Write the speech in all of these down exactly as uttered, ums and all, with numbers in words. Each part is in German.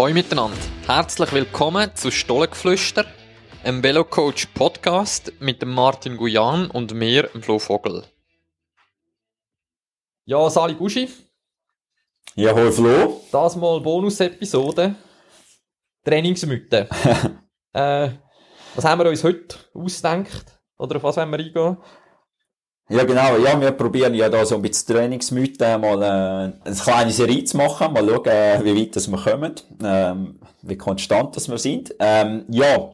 Hallo miteinander, herzlich willkommen zu Stollengeflüster, einem Velocoach-Podcast mit dem Martin Guyan und mir, dem Flo Vogel. Ja, Sali Guschi. Ja, hoi Flo. Das mal Bonus-Episode. Trainingsmythen. äh, was haben wir uns heute ausgedacht? Oder auf was wollen wir eingehen? Ja, genau. Ja, wir probieren ja da so ein bisschen Trainingsmythen mal äh, eine kleine Serie zu machen. Mal schauen, äh, wie weit das wir kommen. Ähm, wie konstant das wir sind. Ähm, ja.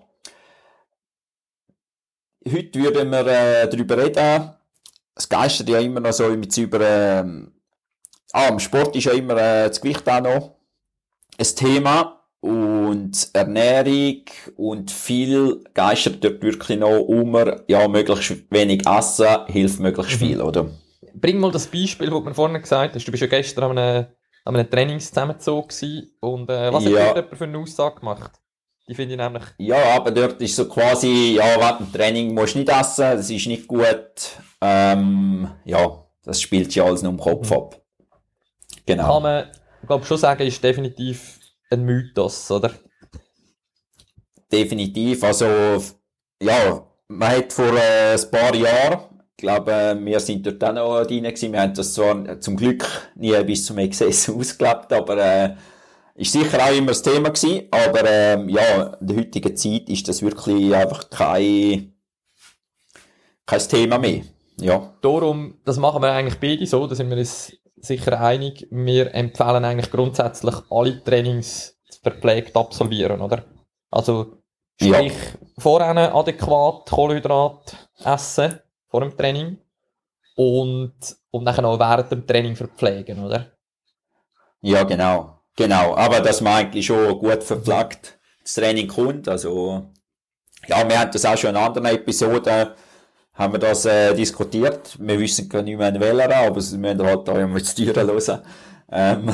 Heute würden wir äh, darüber reden. Es geistert ja immer noch so mit über... Ähm, ah, im Sport ist ja immer äh, das Gewicht auch noch ein Thema. Und Ernährung und viel geistert dort wirklich noch um, ja, möglichst wenig essen, hilft möglichst viel, oder? Bring mal das Beispiel, das du mir vorhin gesagt hast. Du bist ja gestern an einem, an einem Trainingszusammenzug gewesen. Und äh, was ja. hat dort für eine Aussage gemacht? Die finde ich nämlich... Ja, aber dort ist so quasi, ja, während dem Training musst du nicht essen, das ist nicht gut. Ähm, ja, das spielt ja alles nur im Kopf mhm. ab. Genau. Kann man, glaube schon sagen, ist definitiv ein Mythos, oder? Definitiv. Also, ja, man hat vor äh, ein paar Jahren, ich glaube, wir sind dort auch noch drin gewesen. Wir haben das zwar zum Glück nie bis zum Exzess ausgelebt, aber äh, ist sicher auch immer das Thema gewesen. Aber äh, ja, in der heutigen Zeit ist das wirklich einfach kein, kein Thema mehr. Ja. Darum, das machen wir eigentlich beide so, da sind wir uns sicher einig. Wir empfehlen eigentlich grundsätzlich alle Trainings verpflegt absolvieren, oder? Also, sprich, ja. Vorher adäquat Kohlenhydrat essen, vor dem Training. Und, und dann auch während dem Training verpflegen, oder? Ja, genau. Genau. Aber dass man eigentlich schon gut verpflegt das Training kommt. Also, ja, wir haben das auch schon in anderen Episoden haben wir das äh, diskutiert. Wir wissen gar nicht mehr in welcher, aber wir müssen halt auch immer die Türen hören. Ähm,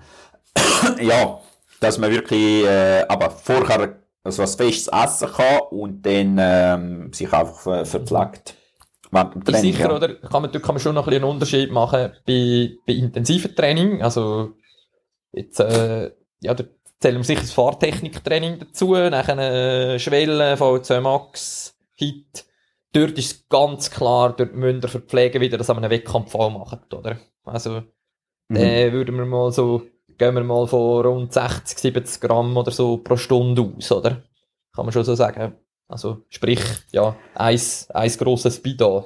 ja, dass man wirklich äh, aber vorher also was Festes essen kann und dann ähm, sich einfach ver- verpflegt. Ist sicher, ja. Oder? Kann man, dort kann man schon noch ein bisschen einen Unterschied machen bei, bei intensiven Training. Also, jetzt, äh, ja, da zählen wir sicher das Fahrtechniktraining dazu, nachher äh, Schwellen, V zwei Max, Hit. Dort ist es ganz klar, dort müsst ihr verpflegen, wie ihr das an einem Wettkampf auch macht, oder? Also, mhm. äh, würden wir mal so, gehen wir mal von rund sechzig, siebzig Gramm oder so pro Stunde aus, oder? Kann man schon so sagen. Also, sprich, ja, eins, eins grosses Bidon.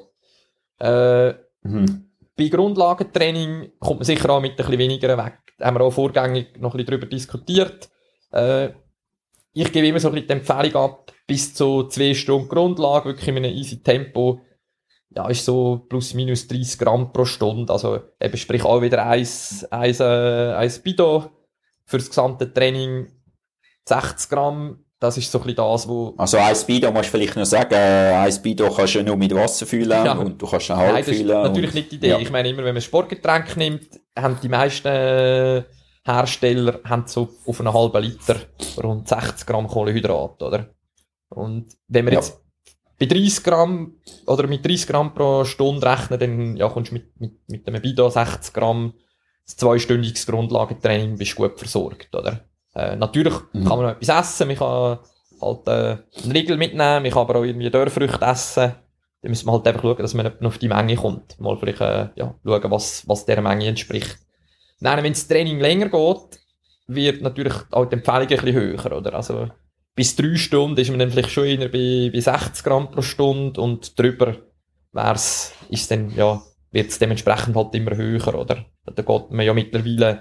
Äh, mhm. Bei Grundlagentraining kommt man sicher auch mit ein bisschen weniger weg. Da haben wir auch vorgängig noch ein bisschen darüber diskutiert. Äh, ich gebe immer so ein bisschen die Empfehlung ab, bis zu zwei Stunden Grundlage, wirklich in einem easy Tempo, ja, ist so plus minus dreißig Gramm pro Stunde. Also, eben sprich auch wieder eins, eins, äh, eins Bidon für das gesamte Training sechzig Gramm. Das ist so ein bisschen das, wo... Also, ein Bidon musst du vielleicht noch sagen, ein Bidon kannst du nur mit Wasser füllen ja. und du kannst ihn halb füllen. Nein, das ist natürlich nicht die Idee. Ja. Ich meine immer, wenn man ein Sportgetränk nimmt, haben die meisten Hersteller haben so auf einen halben Liter rund sechzig Gramm Kohlenhydrat, oder? Und wenn wir ja. jetzt bei dreißig Gramm oder mit dreißig Gramm pro Stunde rechnen, dann ja, kommst du mit, mit, mit einem Bidon sechzig Gramm, das zweistündiges Grundlagentraining, bist gut versorgt, oder? Äh, natürlich mhm. kann man noch etwas essen, man kann halt äh, einen Riegel mitnehmen, man kann aber auch irgendwie Dörrfrüchte essen. Da müssen wir halt einfach schauen, dass man nicht auf die Menge kommt. Mal vielleicht äh, ja, schauen, was, was dieser Menge entspricht. Nein, wenn das Training länger geht, wird natürlich auch die Empfehlung ein bisschen höher, oder? Also, bis drei Stunden ist man dann vielleicht schon eher bei, bei sechzig Gramm pro Stunde und drüber wär's, ist dann, ja, wird es dementsprechend halt immer höher, oder? Da geht man ja mittlerweile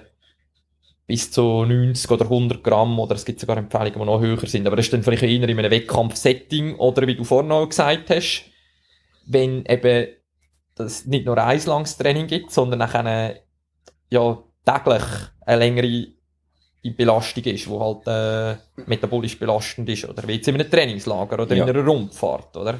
bis zu neunzig oder hundert Gramm, oder es gibt sogar Empfehlungen, die noch höher sind. Aber das ist dann vielleicht eher in einem Wettkampfsetting, oder wie du vorhin auch gesagt hast, wenn eben das nicht nur ein langes Training gibt, sondern nachher ja, täglich eine längere Belastung ist, die halt äh, metabolisch belastend ist, oder wie jetzt in einem Trainingslager oder ja. in einer Rundfahrt, oder?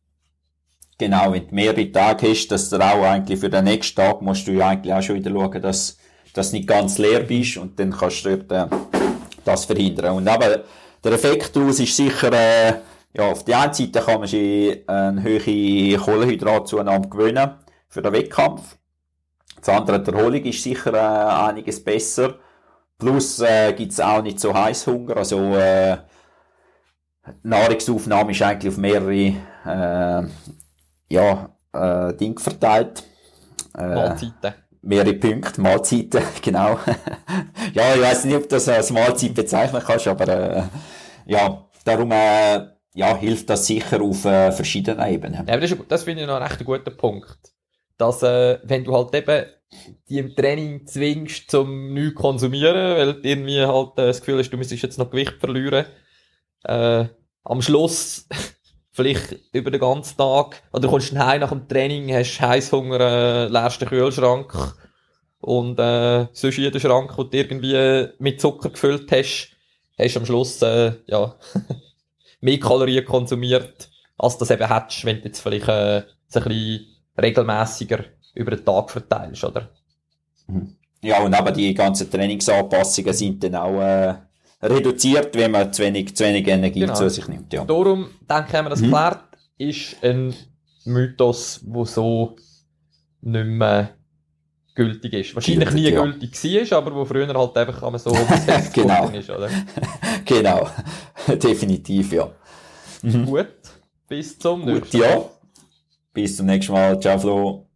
Genau, wenn du mehrere Tage hast, dass du auch eigentlich für den nächsten Tag musst du ja eigentlich auch schon wieder schauen, dass dass du nicht ganz leer bist und dann kannst du dort, äh, das verhindern. Und aber der Effekt daraus ist sicher, äh, ja, auf der einen Seite kann man sich eine hohe Kohlenhydratzunahme gewöhnen für den Wettkampf. Das andere, die Erholung ist sicher äh, einiges besser. Plus äh, gibt es auch nicht so Heißhunger, also äh, die Nahrungsaufnahme ist eigentlich auf mehrere äh, ja, äh, Dinge verteilt. Äh, Mahlzeiten. Mehrere Punkte, Mahlzeiten, genau. Ja, ich weiss nicht, ob du das als Mahlzeit bezeichnen kannst, aber äh, ja, darum äh, ja, hilft das sicher auf äh, verschiedenen Ebenen. Ja, aber das, das finde ich noch ein recht guter Punkt. Dass, äh, wenn du halt eben die im Training zwingst, zum nichts konsumieren, weil du irgendwie halt äh, das Gefühl hast, du müsstest jetzt noch Gewicht verlieren, äh, am Schluss vielleicht über den ganzen Tag, oder du kommst dann heim nach dem Training, hast Heisshunger, äh, leerst den Kühlschrank und äh, sonst jeden Schrank, den du irgendwie mit Zucker gefüllt hast, hast am Schluss äh, ja mehr Kalorien konsumiert, als du das eben hättest, wenn du jetzt vielleicht äh, so ein bisschen regelmässiger über den Tag verteilst, oder? Ja, und aber die ganzen Trainingsanpassungen sind dann auch äh, reduziert, wenn man zu wenig, zu wenig Energie genau. zu sich nimmt. Ja. Darum, denke ich, haben wir das mhm. geklärt, ist ein Mythos, der so nicht mehr gültig ist. Wahrscheinlich gültig, nie ja. gültig war, aber wo früher halt einfach so umgesetzt genau. worden ist, oder? Genau, definitiv, ja. Mhm. Gut, bis zum nächsten Mal. Gut, ja. Bis zum nächsten Mal. Ciao, Flo.